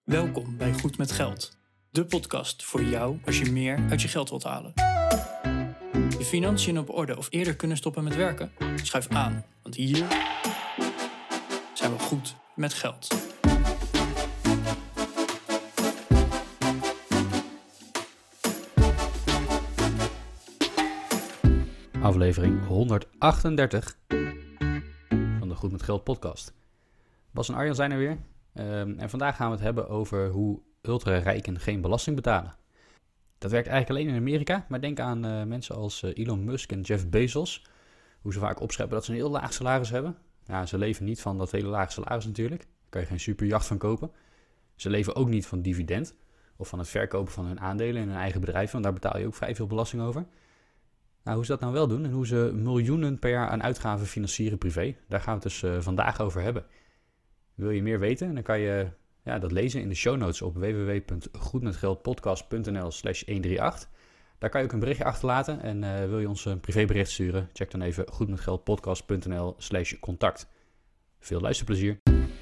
Welkom bij Goed met Geld, de podcast voor jou als je meer uit je geld wilt halen. Je financiën op orde of eerder kunnen stoppen met werken? Schuif aan, want hier zijn we goed met geld. Aflevering 138 van de Goed met Geld podcast. Bas en Arjan zijn er weer. En vandaag gaan we het hebben over hoe ultra-rijken geen belasting betalen. Dat werkt eigenlijk alleen in Amerika, maar denk aan mensen als Elon Musk en Jeff Bezos. Hoe ze vaak opscheppen dat ze een heel laag salaris hebben. Ja, ze leven niet van dat hele lage salaris natuurlijk. Daar kan je geen superjacht van kopen. Ze leven ook niet van dividend of van het verkopen van hun aandelen in hun eigen bedrijf, want daar betaal je ook vrij veel belasting over. Nou, hoe ze dat nou wel doen en hoe ze miljoenen per jaar aan uitgaven financieren privé, daar gaan we het dus vandaag over hebben. Wil je meer weten? Dan kan je dat lezen in de show notes op www.goedmetgeldpodcast.nl/138. Daar kan je ook een berichtje achterlaten en wil je ons een privébericht sturen? Check dan even goedmetgeldpodcast.nl/contact. Veel luisterplezier.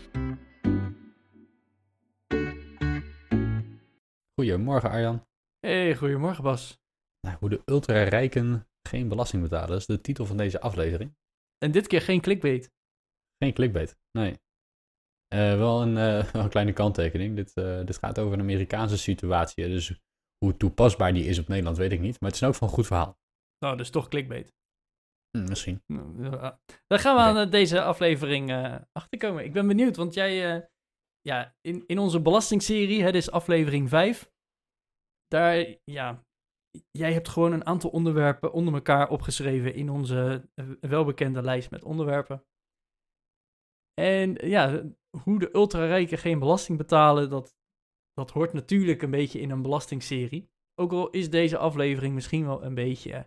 Goedemorgen Arjan. Hey, goedemorgen Bas. Nou, hoe de ultra-rijken geen belasting betalen, dat is de titel van deze aflevering. En dit keer geen clickbait. Geen clickbait, nee. Wel een kleine kanttekening. Dit gaat over een Amerikaanse situatie. Dus hoe toepasbaar die is op Nederland weet ik niet. Maar het is ook van een goed verhaal. Nou, dus toch clickbait. Misschien. Daar gaan we aan deze aflevering achterkomen. Ik ben benieuwd, want jij in onze belastingserie, het is aflevering 5. Daar, jij hebt gewoon een aantal onderwerpen onder elkaar opgeschreven in onze welbekende lijst met onderwerpen. En hoe de ultrarijken geen belasting betalen, dat hoort natuurlijk een beetje in een belastingserie. Ook al is deze aflevering misschien wel een beetje,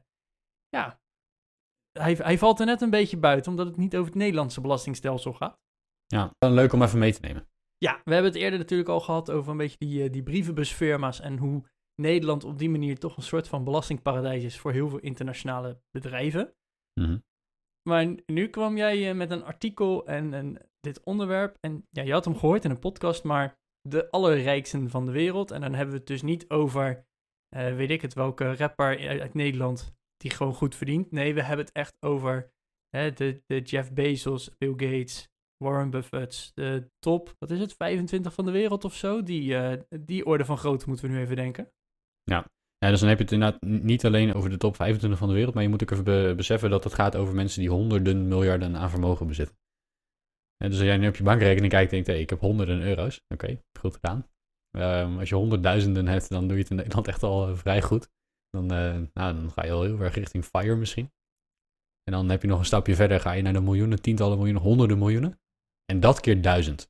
hij valt er net een beetje buiten, omdat het niet over het Nederlandse belastingstelsel gaat. Ja, leuk om even mee te nemen. Ja, we hebben het eerder natuurlijk al gehad over een beetje die brievenbusfirma's en hoe Nederland op die manier toch een soort van belastingparadijs is voor heel veel internationale bedrijven. Mm-hmm. Maar nu kwam jij met een artikel en dit onderwerp. En je had hem gehoord in een podcast, maar de allerrijksten van de wereld. En dan hebben we het dus niet over, weet ik het, welke rapper uit Nederland die gewoon goed verdient. Nee, we hebben het echt over de Jeff Bezos, Bill Gates, Warren Buffett, de top, 25 van de wereld of zo. Die orde van grootte moeten we nu even denken. Ja, dus dan heb je het inderdaad niet alleen over de top 25 van de wereld, maar je moet ook even beseffen dat het gaat over mensen die honderden miljarden aan vermogen bezitten. En dus als jij nu op je bankrekening kijkt en denkt, ik heb honderden euro's. Oké, goed gedaan. Als je honderdduizenden hebt, dan doe je het in Nederland echt al vrij goed. Dan ga je al heel erg richting FIRE misschien. En dan heb je nog een stapje verder, ga je naar de miljoenen, tientallen miljoenen, honderden miljoenen. En dat keer 1000.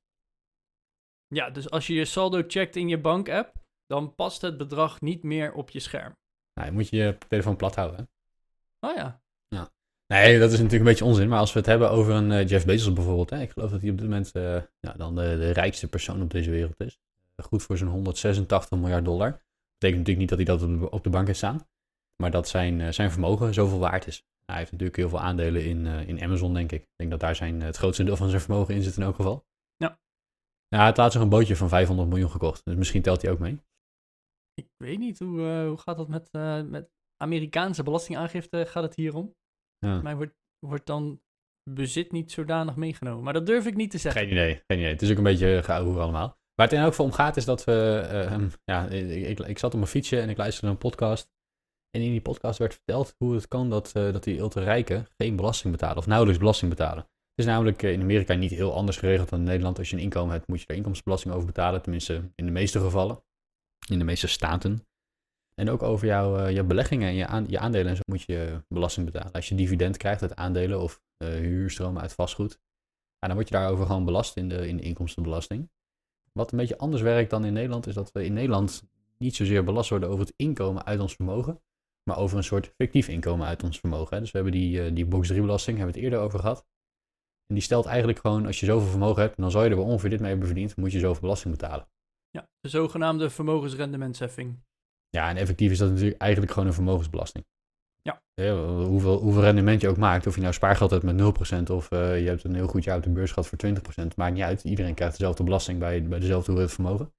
Ja, dus als je je saldo checkt in je bankapp, dan past het bedrag niet meer op je scherm. Nou, je moet je telefoon plat houden. Hè? Oh ja. Nee, dat is natuurlijk een beetje onzin. Maar als we het hebben over een Jeff Bezos bijvoorbeeld. Ik geloof dat hij op dit moment dan de rijkste persoon op deze wereld is. Goed voor zo'n $186 miljard. Dat betekent natuurlijk niet dat hij dat op de bank heeft staan. Maar dat zijn vermogen zoveel waard is. Hij heeft natuurlijk heel veel aandelen in Amazon, denk ik. Ik denk dat daar het grootste deel van zijn vermogen in zit in elk geval. Ja. Ja, hij had laatst nog een bootje van 500 miljoen gekocht. Dus misschien telt hij ook mee. Ik weet niet, hoe gaat dat met Amerikaanse belastingaangifte? Gaat het hier om? Ja. Maar wordt dan bezit niet zodanig meegenomen? Maar dat durf ik niet te zeggen. Geen idee. Het is ook een beetje geouwehoer allemaal. Waar het in elk geval om gaat is dat we... ik zat op mijn fietsje en ik luisterde naar een podcast. En in die podcast werd verteld hoe het kan dat die ultra-rijken geen belasting betalen. Of nauwelijks belasting betalen. Het is namelijk in Amerika niet heel anders geregeld dan in Nederland. Als je een inkomen hebt, moet je er inkomstenbelasting over betalen. Tenminste, in de meeste gevallen. In de meeste staten. En ook over jouw beleggingen en je aandelen en zo moet je belasting betalen. Als je dividend krijgt uit aandelen of huurstromen uit vastgoed, dan word je daarover gewoon belast in de inkomstenbelasting. Wat een beetje anders werkt dan in Nederland, is dat we in Nederland niet zozeer belast worden over het inkomen uit ons vermogen, maar over een soort fictief inkomen uit ons vermogen. Dus we hebben die box 3 belasting, hebben we het eerder over gehad. En die stelt eigenlijk gewoon, als je zoveel vermogen hebt, dan zou je er wel ongeveer dit mee hebben verdiend, moet je zoveel belasting betalen. Ja, de zogenaamde vermogensrendementsheffing. Ja, en effectief is dat natuurlijk eigenlijk gewoon een vermogensbelasting. Ja. Hoeveel rendement je ook maakt, of je nou spaargeld hebt met 0% of je hebt een heel goed jaar op de beurs gehad voor 20%, maakt niet uit. Iedereen krijgt dezelfde belasting bij dezelfde hoeveelheid vermogen.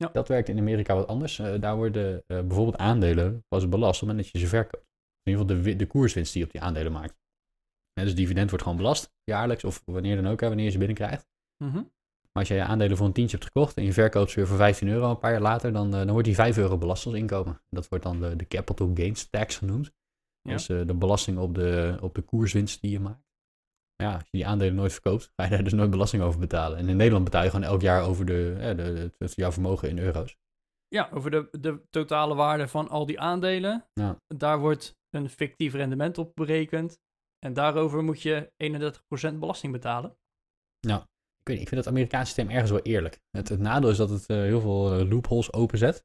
Ja. Dat werkt in Amerika wat anders. Daar worden bijvoorbeeld aandelen pas belast op het moment dat je ze verkoopt. In ieder geval de koerswinst die je op die aandelen maakt. Dus dividend wordt gewoon belast, jaarlijks of wanneer dan ook, wanneer je ze binnenkrijgt. Mhm. Maar als jij je aandelen voor een tientje hebt gekocht en je verkoopt ze weer voor €15 een paar jaar later, dan wordt die €5 belast als inkomen. Dat wordt dan de capital gains tax genoemd. Ja. Dus de belasting op de koerswinst die je maakt. Maar ja, als je die aandelen nooit verkoopt, ga je daar dus nooit belasting over betalen. En in Nederland betaal je gewoon elk jaar over jouw vermogen in euro's. Ja, over de totale waarde van al die aandelen. Ja. Daar wordt een fictief rendement op berekend. En daarover moet je 31% belasting betalen. Nou, ik weet niet, ik vind het Amerikaanse systeem ergens wel eerlijk. Het nadeel is dat het heel veel loopholes openzet.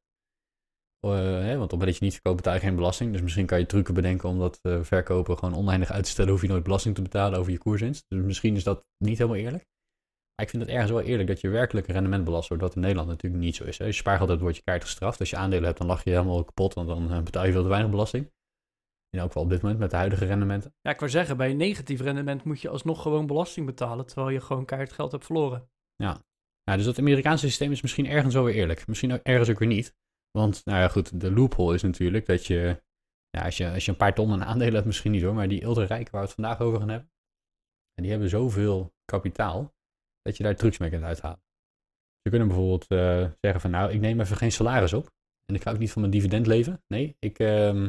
Want op het moment dat je niet verkoopt betaal je geen belasting. Dus misschien kan je trucken bedenken om dat verkopen gewoon oneindig uit te stellen. Hoef je nooit belasting te betalen over je koerswinst. Dus misschien is dat niet helemaal eerlijk. Maar ik vind het ergens wel eerlijk dat je werkelijk rendement belast wordt. Wat in Nederland natuurlijk niet zo is. Hè. Als je spaargeld word je keihard gestraft. Als je aandelen hebt, dan lach je helemaal kapot. Want dan betaal je veel te weinig belasting. In elk geval op dit moment met de huidige rendementen. Ja, ik wou zeggen, bij een negatief rendement moet je alsnog gewoon belasting betalen. Terwijl je gewoon keihard geld hebt verloren. Ja, dus dat Amerikaanse systeem is misschien ergens wel weer eerlijk. Misschien ook ergens ook weer niet. Want, nou ja, goed, de loophole is natuurlijk dat je... Ja, als je een paar ton aan aandelen hebt, misschien niet hoor. Maar die ultra-rijken waar we het vandaag over gaan hebben... En die hebben zoveel kapitaal... dat je daar trucs mee kunt uithalen. Je kunt bijvoorbeeld zeggen van... Nou, ik neem even geen salaris op. En ik ga ook niet van mijn dividend leven. Nee, ik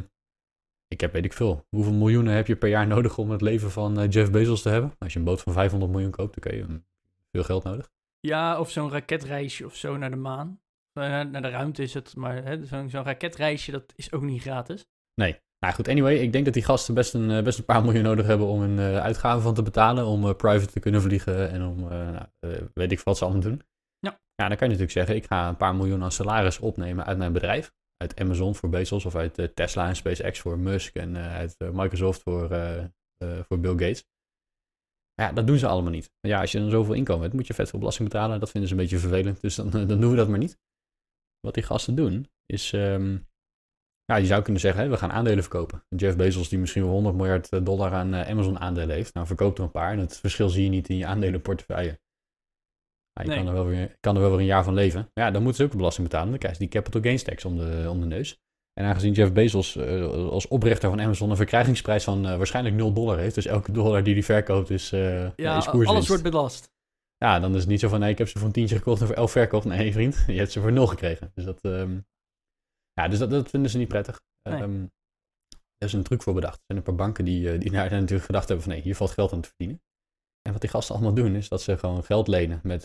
heb, weet ik veel... Hoeveel miljoenen heb je per jaar nodig om het leven van Jeff Bezos te hebben? Als je een boot van 500 miljoen koopt, dan kun je veel geld nodig. Ja, of zo'n raketreisje of zo naar de maan. Naar de ruimte is het, maar zo'n raketreisje, dat is ook niet gratis. Nee. Nou goed, anyway, ik denk dat die gasten best een paar miljoen nodig hebben om hun uitgaven van te betalen. Om private te kunnen vliegen en om, weet ik wat ze allemaal doen. Ja. Ja, dan kan je natuurlijk zeggen, ik ga een paar miljoen aan salaris opnemen uit mijn bedrijf. Uit Amazon voor Bezos of uit Tesla en SpaceX voor Musk en uit Microsoft voor Bill Gates. Ja, dat doen ze allemaal niet. Maar ja, als je dan zoveel inkomen hebt, moet je vet veel belasting betalen. Dat vinden ze een beetje vervelend, dus dan doen we dat maar niet. Wat die gasten doen, is... Ja, je zou kunnen zeggen, we gaan aandelen verkopen. Jeff Bezos, die misschien wel $100 miljard aan Amazon aandelen heeft. Nou, verkoopt er een paar en het verschil zie je niet in je aandelenportefeuille. Ja, je kan er wel weer een jaar van leven. Maar ja, dan moeten ze ook belasting betalen. Dan krijg je die capital gains tax om de neus. En aangezien Jeff Bezos als oprichter van Amazon een verkrijgingsprijs van waarschijnlijk $0 heeft. Dus elke dollar die hij verkoopt is koerswinst. Alles wordt belast. Ja, dan is het niet zo van, nee, ik heb ze voor een tientje gekocht en voor 11 verkocht. Nee, vriend, je hebt ze voor 0 gekregen. Dus dat vinden ze niet prettig. Nee. Er is een truc voor bedacht. Er zijn een paar banken die daar natuurlijk gedacht hebben van nee, hier valt geld aan te verdienen. En wat die gasten allemaal doen is dat ze gewoon geld lenen met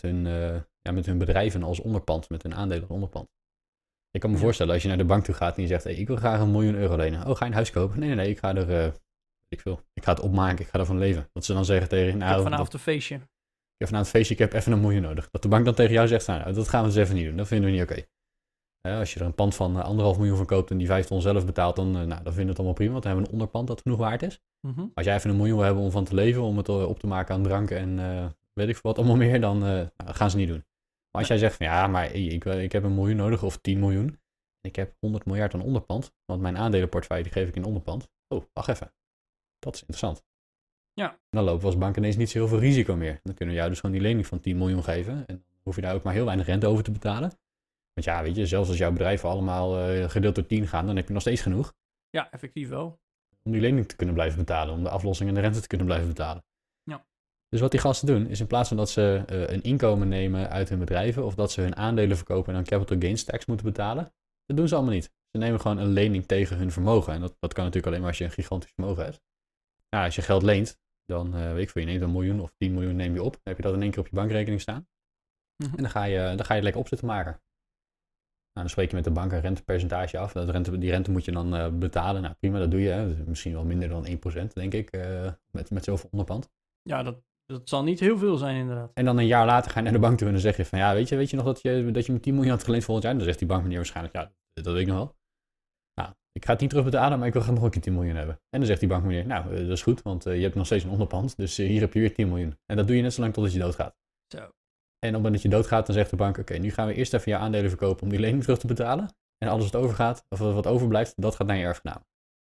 hun bedrijven als onderpand, met hun aandelen als onderpand. Ik kan me voorstellen als je naar de bank toe gaat en je zegt, hey, ik wil graag €1 miljoen lenen. Oh, ga je een huis kopen? Nee, ik ga ik ga het opmaken, ik ga ervan leven. Dat ze dan zeggen tegen je, nou... Ik heb vanavond een feestje. Ik heb vanavond een feestje, ik heb even $1 miljoen nodig. Dat de bank dan tegen jou zegt, nou, dat gaan we dus even niet doen. Dat vinden we niet oké. Als je er een pand van 1,5 miljoen van koopt en die 5 ton zelf betaalt, dan vinden we het allemaal prima. Want dan hebben we een onderpand dat genoeg waard is. Mm-hmm. Als jij even $1 miljoen wil hebben om van te leven, om het op te maken aan drank en weet ik veel wat allemaal meer, dan gaan ze niet doen. Maar als jij zegt van ja, maar ik heb $1 miljoen nodig of 10 miljoen. En ik heb 100 miljard aan onderpand, want mijn aandelenportefeuille die geef ik in onderpand. Oh, wacht even. Dat is interessant. Ja. En dan lopen we als bank ineens niet zo heel veel risico meer. Dan kunnen we jou dus gewoon die lening van 10 miljoen geven. En dan hoef je daar ook maar heel weinig rente over te betalen. Want ja, weet je, zelfs als jouw bedrijven allemaal gedeeld door 10 gaan, dan heb je nog steeds genoeg. Ja, effectief wel. Om die lening te kunnen blijven betalen, om de aflossing en de rente te kunnen blijven betalen. Ja. Dus wat die gasten doen, is in plaats van dat ze een inkomen nemen uit hun bedrijven, of dat ze hun aandelen verkopen en dan capital gains tax moeten betalen, dat doen ze allemaal niet. Ze nemen gewoon een lening tegen hun vermogen. En dat kan natuurlijk alleen maar als je een gigantisch vermogen hebt. Nou, als je geld leent, dan weet ik veel, je neemt $1 miljoen of 10 miljoen neem je op. Dan heb je dat in één keer op je bankrekening staan. Mm-hmm. En dan ga je het lekker opzetten maken. Nou, dan spreek je met de bank een rentepercentage af. Die rente moet je dan betalen. Nou, prima, dat doe je. Hè. Dus misschien wel minder dan 1%, denk ik, met zoveel onderpand. Ja, dat zal niet heel veel zijn, inderdaad. En dan een jaar later ga je naar de bank toe en dan zeg je van... Ja, weet je nog dat je me 10 miljoen had geleend volgend jaar? Dan zegt die bankmeneer waarschijnlijk... Ja, dat weet ik nog wel. Nou, ik ga het niet terugbetalen, maar ik wil graag nog een keer 10 miljoen hebben. En dan zegt die bankmeneer... Nou, dat is goed, want je hebt nog steeds een onderpand. Dus hier heb je weer 10 miljoen. En dat doe je net zo lang totdat je doodgaat. Zo. En op het moment dat je doodgaat, dan zegt de bank... Oké, nu gaan we eerst even je aandelen verkopen om die lening terug te betalen. En alles wat overgaat, of wat overblijft, dat gaat naar je erfgenaam.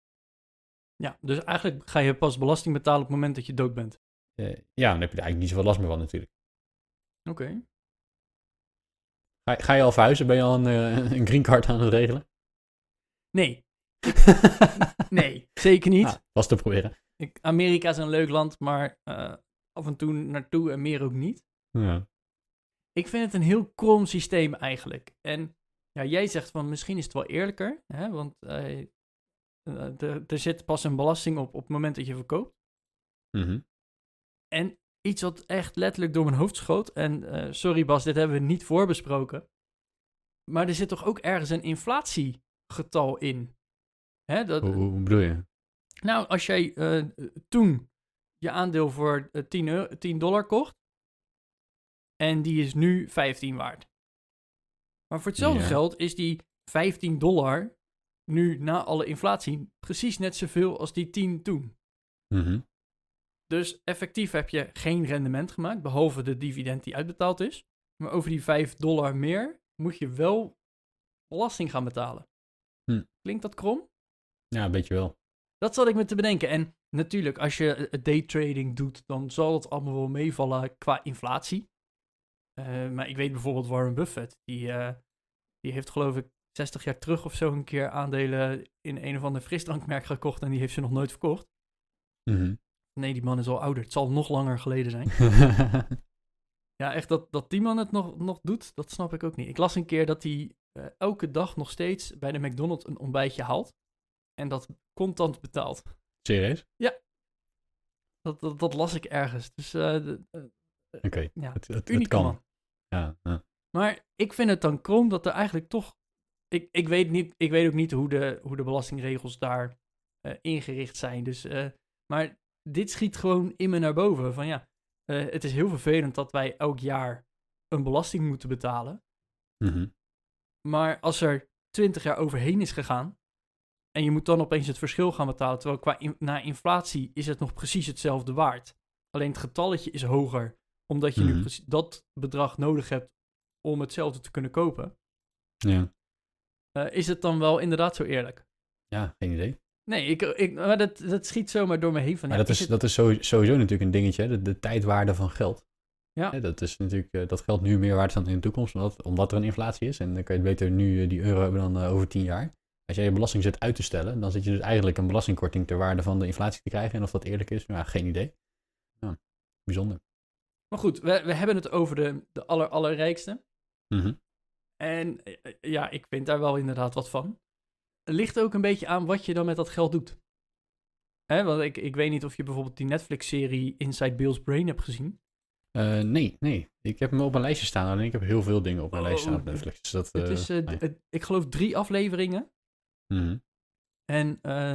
Ja, dus eigenlijk ga je pas belasting betalen op het moment dat je dood bent. Ja, dan heb je er eigenlijk niet zoveel last meer van natuurlijk. Oké. Ga je al verhuizen? Ben je al een green card aan het regelen? Nee. Nee, zeker niet. Was te proberen. Amerika is een leuk land, maar af en toe naartoe en meer ook niet. Ja. Ik vind het een heel krom systeem eigenlijk. En ja, jij zegt van misschien is het wel eerlijker, hè? Want er zit pas een belasting op het moment dat je verkoopt. Mm-hmm. En iets wat echt letterlijk door mijn hoofd schoot, en sorry Bas, dit hebben we niet voorbesproken, maar er zit toch ook ergens een inflatiegetal in? Hè, Hoe bedoel je? Nou, als jij toen je aandeel voor $10 kocht, en die is nu 15 waard. Maar voor hetzelfde geld is die $15 nu na alle inflatie precies net zoveel als die 10 toen. Mm-hmm. Dus effectief heb je geen rendement gemaakt, behalve de dividend die uitbetaald is. Maar over die $5 meer moet je wel belasting gaan betalen. Klinkt dat krom? Ja, een beetje wel. Dat zat ik me te bedenken. En natuurlijk, als je daytrading doet, dan zal het allemaal wel meevallen qua inflatie. Maar ik weet bijvoorbeeld Warren Buffett, die heeft geloof ik 60 jaar terug of zo een keer aandelen in een of ander frisdrankmerk gekocht en die heeft ze nog nooit verkocht. Mm-hmm. Nee, die man is al ouder. Het zal nog langer geleden zijn. Ja, echt dat die man het nog doet, dat snap ik ook niet. Ik las een keer dat hij elke dag nog steeds bij de McDonald's een ontbijtje haalt. En dat contant betaalt. Serieus? Ja. Dat las ik ergens. Dus Oké, ja, het kan. Man. Ja. Maar ik vind het dan krom dat er eigenlijk toch... Ik weet ook niet hoe de belastingregels daar ingericht zijn. Dus, maar dit schiet gewoon in me naar boven. Van ja, het is heel vervelend dat wij elk jaar een belasting moeten betalen. Mm-hmm. Maar als er 20 jaar overheen is gegaan en je moet dan opeens het verschil gaan betalen, terwijl na inflatie is het nog precies hetzelfde waard. Alleen het getalletje is hoger, omdat je nu dat bedrag nodig hebt om hetzelfde te kunnen kopen. Ja. Is het dan wel inderdaad zo eerlijk? Ja, geen idee. Nee, maar dat schiet zomaar door me heen. Van, maar ja, dat is sowieso natuurlijk een dingetje, de tijdwaarde van geld. Ja. Dat is natuurlijk, dat geld nu meer waard is dan in de toekomst, omdat er een inflatie is. En dan kan je het beter nu die euro hebben dan over 10 jaar. Als jij je belasting zit uit te stellen, dan zit je dus eigenlijk een belastingkorting ter waarde van de inflatie te krijgen. En of dat eerlijk is, ja, geen idee. Ja, bijzonder. Maar goed, we hebben het over de allerrijkste. Mm-hmm. En ja, ik vind daar wel inderdaad wat van. Het ligt ook een beetje aan wat je dan met dat geld doet. Want ik weet niet of je bijvoorbeeld die Netflix-serie Inside Bill's Brain hebt gezien. Nee. Ik heb hem op mijn lijstje staan. Alleen ik heb heel veel dingen op mijn lijstje staan op Netflix. Dus dat, het is, ik geloof 3 afleveringen. Mm-hmm. En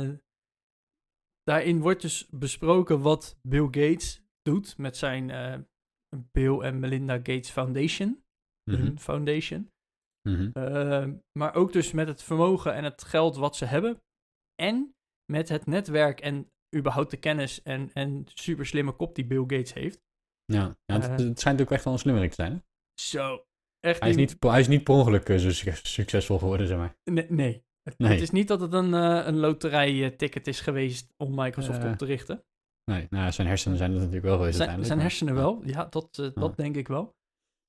daarin wordt dus besproken wat Bill Gates doet met zijn Bill en Melinda Gates Foundation. Hun foundation. Mm-hmm. Maar ook dus met het vermogen en het geld wat ze hebben. En met het netwerk en überhaupt de kennis en super slimme kop die Bill Gates heeft. Ja, het schijnt ook echt wel een slimmerik te zijn. Hè? Zo. Echt hij is niet per ongeluk zo succesvol geworden, zeg maar. Nee. Het is niet dat het een loterijticket is geweest om Microsoft op te richten. Nee, nou, zijn hersenen zijn het natuurlijk wel geweest uiteindelijk. Zijn hersenen wel, ja, dat denk ik wel.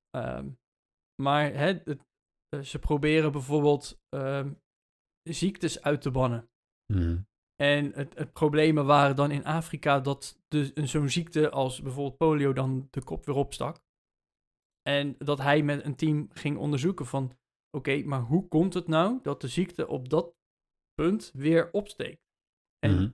Maar ze proberen bijvoorbeeld ziektes uit te bannen. Mm. En het problemen waren dan in Afrika dat zo'n ziekte als bijvoorbeeld polio dan de kop weer opstak. En dat hij met een team ging onderzoeken van, oké, maar hoe komt het nou dat de ziekte op dat punt weer opsteekt? En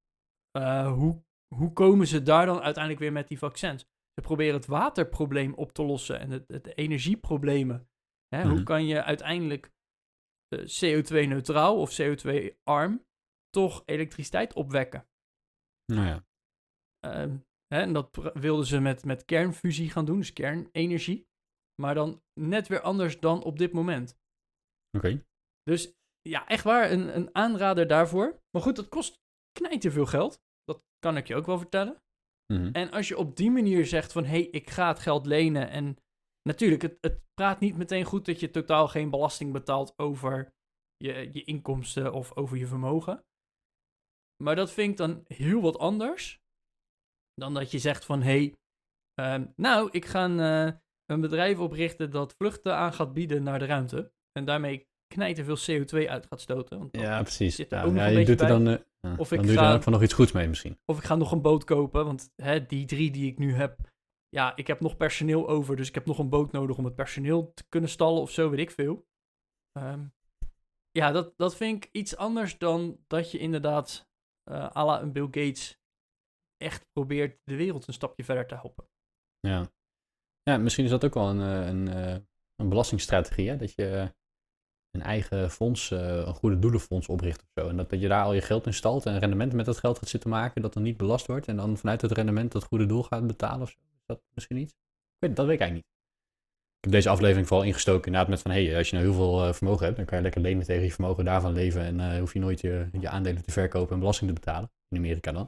hoe komen ze daar dan uiteindelijk weer met die vaccins? Ze proberen het waterprobleem op te lossen en de energieproblemen. Hoe kan je uiteindelijk CO2-neutraal of CO2-arm toch elektriciteit opwekken? Nou ja. En dat wilden ze met kernfusie gaan doen, dus kernenergie. Maar dan net weer anders dan op dit moment. Oké. Dus ja, echt waar, een aanrader daarvoor. Maar goed, dat kost knijterveel geld. Dat kan ik je ook wel vertellen. Mm-hmm. En als je op die manier zegt van, hé, ik ga het geld lenen. En natuurlijk, het praat niet meteen goed dat je totaal geen belasting betaalt over je inkomsten of over je vermogen. Maar dat vind ik dan heel wat anders dan dat je zegt van, hé, nou, ik ga een bedrijf oprichten dat vluchten aan gaat bieden naar de ruimte. En daarmee knijterveel CO2 uit gaat stoten. Want Ja, precies. zit er Ja, ook nog ja, een je beetje doet er bij. dan, Of dan ik doe je ga- er ook van nog iets goeds mee misschien. Of ik ga nog een boot kopen, want die 3 die ik nu heb... Ja, ik heb nog personeel over, dus ik heb nog een boot nodig om het personeel te kunnen stallen of zo, weet ik veel. Ja, dat vind ik iets anders dan dat je inderdaad à la een Bill Gates echt probeert de wereld een stapje verder te helpen. Ja. Ja, misschien is dat ook wel een belastingstrategie, hè? Dat je een eigen fonds, een goede doelenfonds opricht of zo. En dat je daar al je geld in stalt en rendement met dat geld gaat zitten maken, dat dan niet belast wordt. En dan vanuit het rendement dat goede doel gaat betalen of zo. Is dat misschien iets? Dat weet ik eigenlijk niet. Ik heb deze aflevering vooral ingestoken inderdaad met van, als je nou heel veel vermogen hebt, dan kan je lekker lenen tegen je vermogen, daarvan leven. En hoef je nooit je aandelen te verkopen en belasting te betalen. In Amerika dan.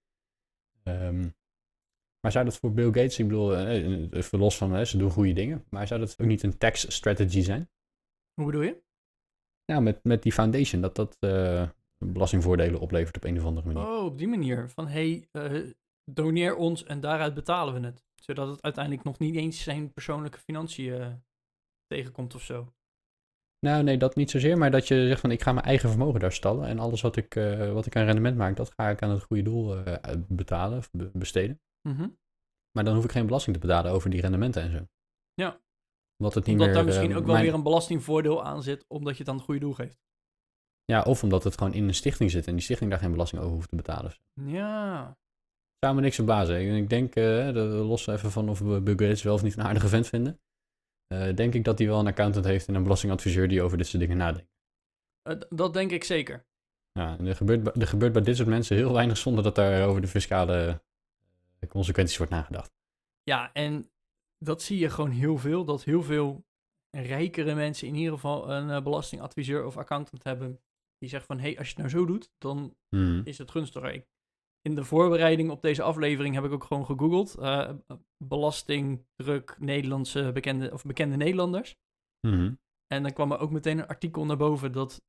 Maar zou dat voor Bill Gates, ik bedoel, even los van, ze doen goede dingen, maar zou dat ook niet een tax strategy zijn? Hoe bedoel je? Ja, met die foundation, dat belastingvoordelen oplevert op een of andere manier. Oh, op die manier. Van, doneer ons en daaruit betalen we het. Zodat het uiteindelijk nog niet eens zijn persoonlijke financiën tegenkomt of zo. Nou, nee, dat niet zozeer, maar dat je zegt van, ik ga mijn eigen vermogen daar stallen en alles wat ik aan rendement maak, dat ga ik aan het goede doel betalen of besteden. Mhm. Maar dan hoef ik geen belasting te betalen over die rendementen en zo. Ja. Omdat het niet Omdat meer, daar misschien ook wel weer een belastingvoordeel aan zit, omdat je het aan het goede doel geeft. Ja, of omdat het gewoon in een stichting zit en die stichting daar geen belasting over hoeft te betalen. Ja. Zou me niks verbazen. Ik denk, los even van of we Bill Gates wel of niet een aardige vent vinden, denk ik dat hij wel een accountant heeft en een belastingadviseur die over dit soort dingen nadenkt. Dat denk ik zeker. Ja, en er gebeurt bij dit soort mensen heel weinig zonder dat daar over de fiscale consequenties wordt nagedacht. Ja, en dat zie je gewoon heel veel. Dat heel veel rijkere mensen in ieder geval een belastingadviseur of accountant hebben. Die zegt van, als je het nou zo doet, dan is het gunstiger. In de voorbereiding op deze aflevering heb ik ook gewoon gegoogeld. Belastingdruk Nederlandse bekende Nederlanders. En dan kwam er ook meteen een artikel naar boven dat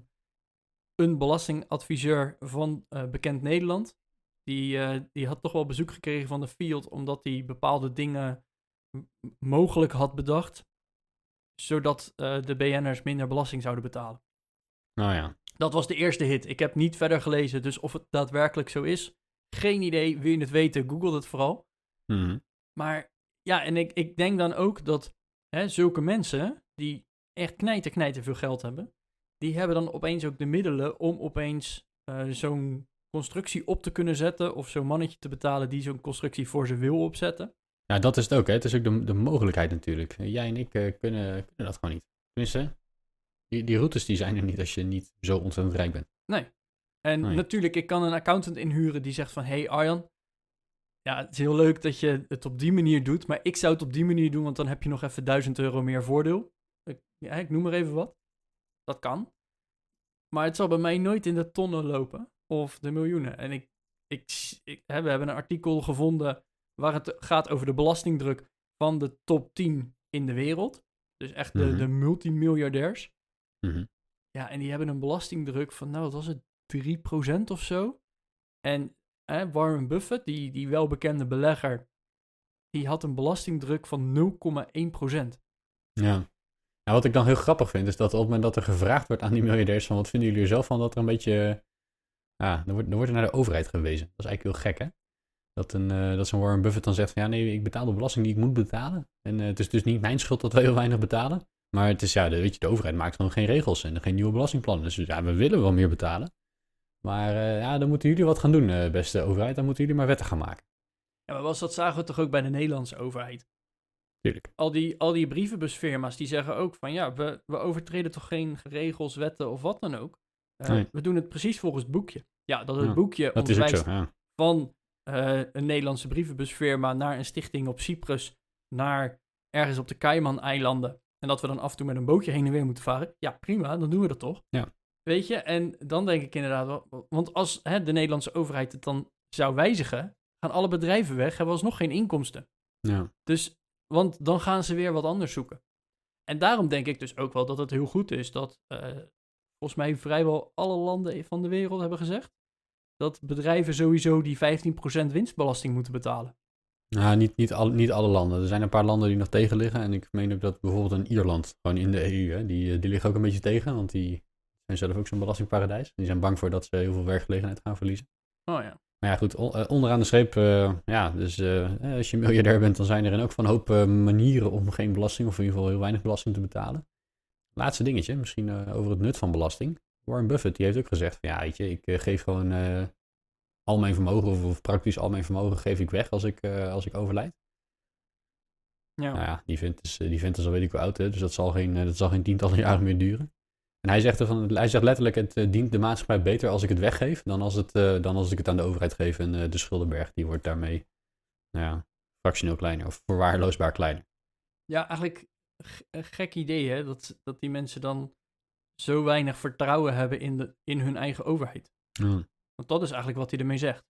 een belastingadviseur van Bekend Nederland, die had toch wel bezoek gekregen van de Field, omdat hij bepaalde dingen mogelijk had bedacht, zodat de BN'ers minder belasting zouden betalen. Nou ja. Dat was de eerste hit. Ik heb niet verder gelezen, dus of het daadwerkelijk zo is, geen idee. Wil je het weten, google het vooral. Maar ja, en ik denk dan ook dat zulke mensen die echt knijter veel geld hebben, die hebben dan opeens ook de middelen om opeens zo'n constructie op te kunnen zetten of zo'n mannetje te betalen die zo'n constructie voor ze wil opzetten. Ja, dat is het ook. Hè. Het is ook de mogelijkheid natuurlijk. Jij en ik kunnen dat gewoon niet. Tenminste, die routes die zijn er niet als je niet zo ontzettend rijk bent. Nee. En natuurlijk, ik kan een accountant inhuren die zegt van, Arjan, ja, het is heel leuk dat je het op die manier doet, maar ik zou het op die manier doen, want dan heb je nog even €1000 meer voordeel. Ik noem maar even wat. Dat kan. Maar het zal bij mij nooit in de tonnen lopen of de miljoenen. En we hebben een artikel gevonden waar het gaat over de belastingdruk van de top 10 in de wereld. Dus echt de multimiljardairs. Ja, en die hebben een belastingdruk van, wat was het, 3% of zo. En Warren Buffett, die welbekende belegger, die had een belastingdruk van 0,1%. Ja. Nou, wat ik dan heel grappig vind, is dat op het moment dat er gevraagd wordt aan die miljardairs van wat vinden jullie er zelf van, dat er een beetje, dan wordt er naar de overheid gewezen. Dat is eigenlijk heel gek, hè? Dat zo'n Warren Buffett dan zegt van, nee, ik betaal de belasting die ik moet betalen. En het is dus niet mijn schuld dat we heel weinig betalen. Maar het is, weet je, de overheid maakt gewoon geen regels en geen nieuwe belastingplannen. Dus ja, we willen wel meer betalen. Maar dan moeten jullie wat gaan doen, beste overheid. Dan moeten jullie maar wetten gaan maken. Ja, maar dat zagen we toch ook bij de Nederlandse overheid? Tuurlijk. Al die brievenbusfirma's die zeggen ook van, we overtreden toch geen regels, wetten of wat dan ook. Nee. We doen het precies volgens het boekje. Ja, dat het boekje dat ons is ook wijst zo, ja. van een Nederlandse brievenbusfirma naar een stichting op Cyprus, naar ergens op de Cayman-eilanden. En dat we dan af en toe met een bootje heen en weer moeten varen. Ja, prima, dan doen we dat toch. Ja. Weet je, en dan denk ik inderdaad, want als de Nederlandse overheid het dan zou wijzigen, gaan alle bedrijven weg, hebben we alsnog geen inkomsten. Ja. Dus, want dan gaan ze weer wat anders zoeken. En daarom denk ik dus ook wel dat het heel goed is dat volgens mij vrijwel alle landen van de wereld hebben gezegd dat bedrijven sowieso die 15% winstbelasting moeten betalen. Nou, niet alle landen. Er zijn een paar landen die nog tegen liggen. En ik meen ook dat bijvoorbeeld een Ierland, gewoon in de EU, hè, die liggen ook een beetje tegen. Want die zijn zelf ook zo'n belastingparadijs. Die zijn bang voor dat ze heel veel werkgelegenheid gaan verliezen. Oh ja. Maar ja, goed, onderaan de streep, dus als je miljardair bent, dan zijn er in ook van een hoop manieren om geen belasting, of in ieder geval heel weinig belasting te betalen. Laatste dingetje, misschien over het nut van belasting. Warren Buffett, die heeft ook gezegd van, ja, weet je, ik geef gewoon al mijn vermogen, of praktisch al mijn vermogen geef ik weg als ik overlijd. Ja. Nou ja, die vent is al weet ik hoe oud, hè, dus dat zal geen tientallen jaren meer duren. En hij zegt letterlijk, het dient de maatschappij beter als ik het weggeef, dan als ik het aan de overheid geef. En de schuldenberg, die wordt daarmee, fractioneel kleiner, of verwaarloosbaar kleiner. Ja, eigenlijk een gek idee, hè? Dat die mensen dan zo weinig vertrouwen hebben in hun eigen overheid. Ja. Want dat is eigenlijk wat hij ermee zegt.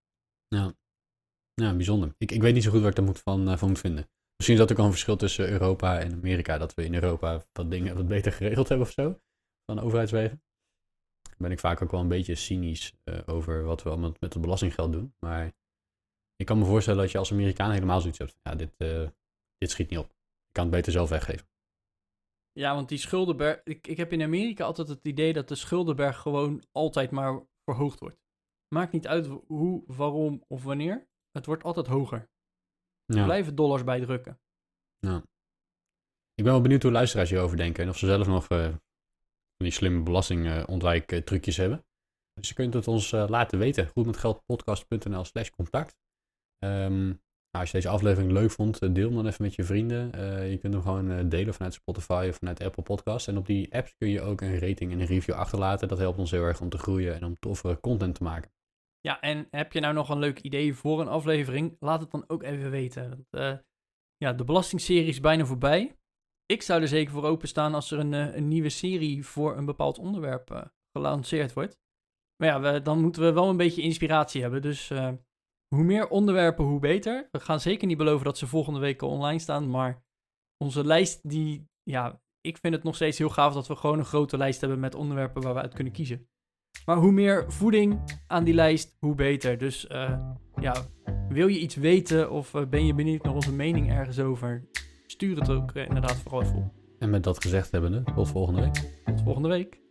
Ja, bijzonder. Ik weet niet zo goed waar ik daar van moet vinden. Misschien is dat ook al een verschil tussen Europa en Amerika, dat we in Europa wat dingen wat beter geregeld hebben of zo, van overheidswegen. Daar ben ik vaak ook wel een beetje cynisch over wat we allemaal met het belastinggeld doen. Maar ik kan me voorstellen dat je als Amerikaan helemaal zoiets hebt. Ja, dit schiet niet op. Ik kan het beter zelf weggeven. Ja, want die schuldenberg... Ik heb in Amerika altijd het idee dat de schuldenberg gewoon altijd maar verhoogd wordt. Maakt niet uit hoe, waarom of wanneer. Het wordt altijd hoger. Ja. Blijven dollars bij drukken. Ja. Ik ben wel benieuwd hoe luisteraars hierover denken. En of ze zelf nog van die slimme belastingontwijktrucjes hebben. Dus je kunt het ons laten weten. goedmetgeldpodcast.nl/contact. Als je deze aflevering leuk vond, deel hem dan even met je vrienden. Je kunt hem gewoon delen vanuit Spotify of vanuit Apple Podcast. En op die apps kun je ook een rating en een review achterlaten. Dat helpt ons heel erg om te groeien en om toffere content te maken. Ja, en heb je nou nog een leuk idee voor een aflevering? Laat het dan ook even weten. De belastingserie is bijna voorbij. Ik zou er zeker voor openstaan als er een nieuwe serie voor een bepaald onderwerp gelanceerd wordt. Maar ja, dan moeten we wel een beetje inspiratie hebben. Dus hoe meer onderwerpen, hoe beter. We gaan zeker niet beloven dat ze volgende week online staan. Maar onze lijst, ik vind het nog steeds heel gaaf dat we gewoon een grote lijst hebben met onderwerpen waar we uit kunnen kiezen. Maar hoe meer voeding aan die lijst, hoe beter. Dus wil je iets weten of ben je benieuwd naar onze mening ergens over? Stuur het ook inderdaad vooral even op. En met dat gezegd hebbende, tot volgende week. Tot volgende week.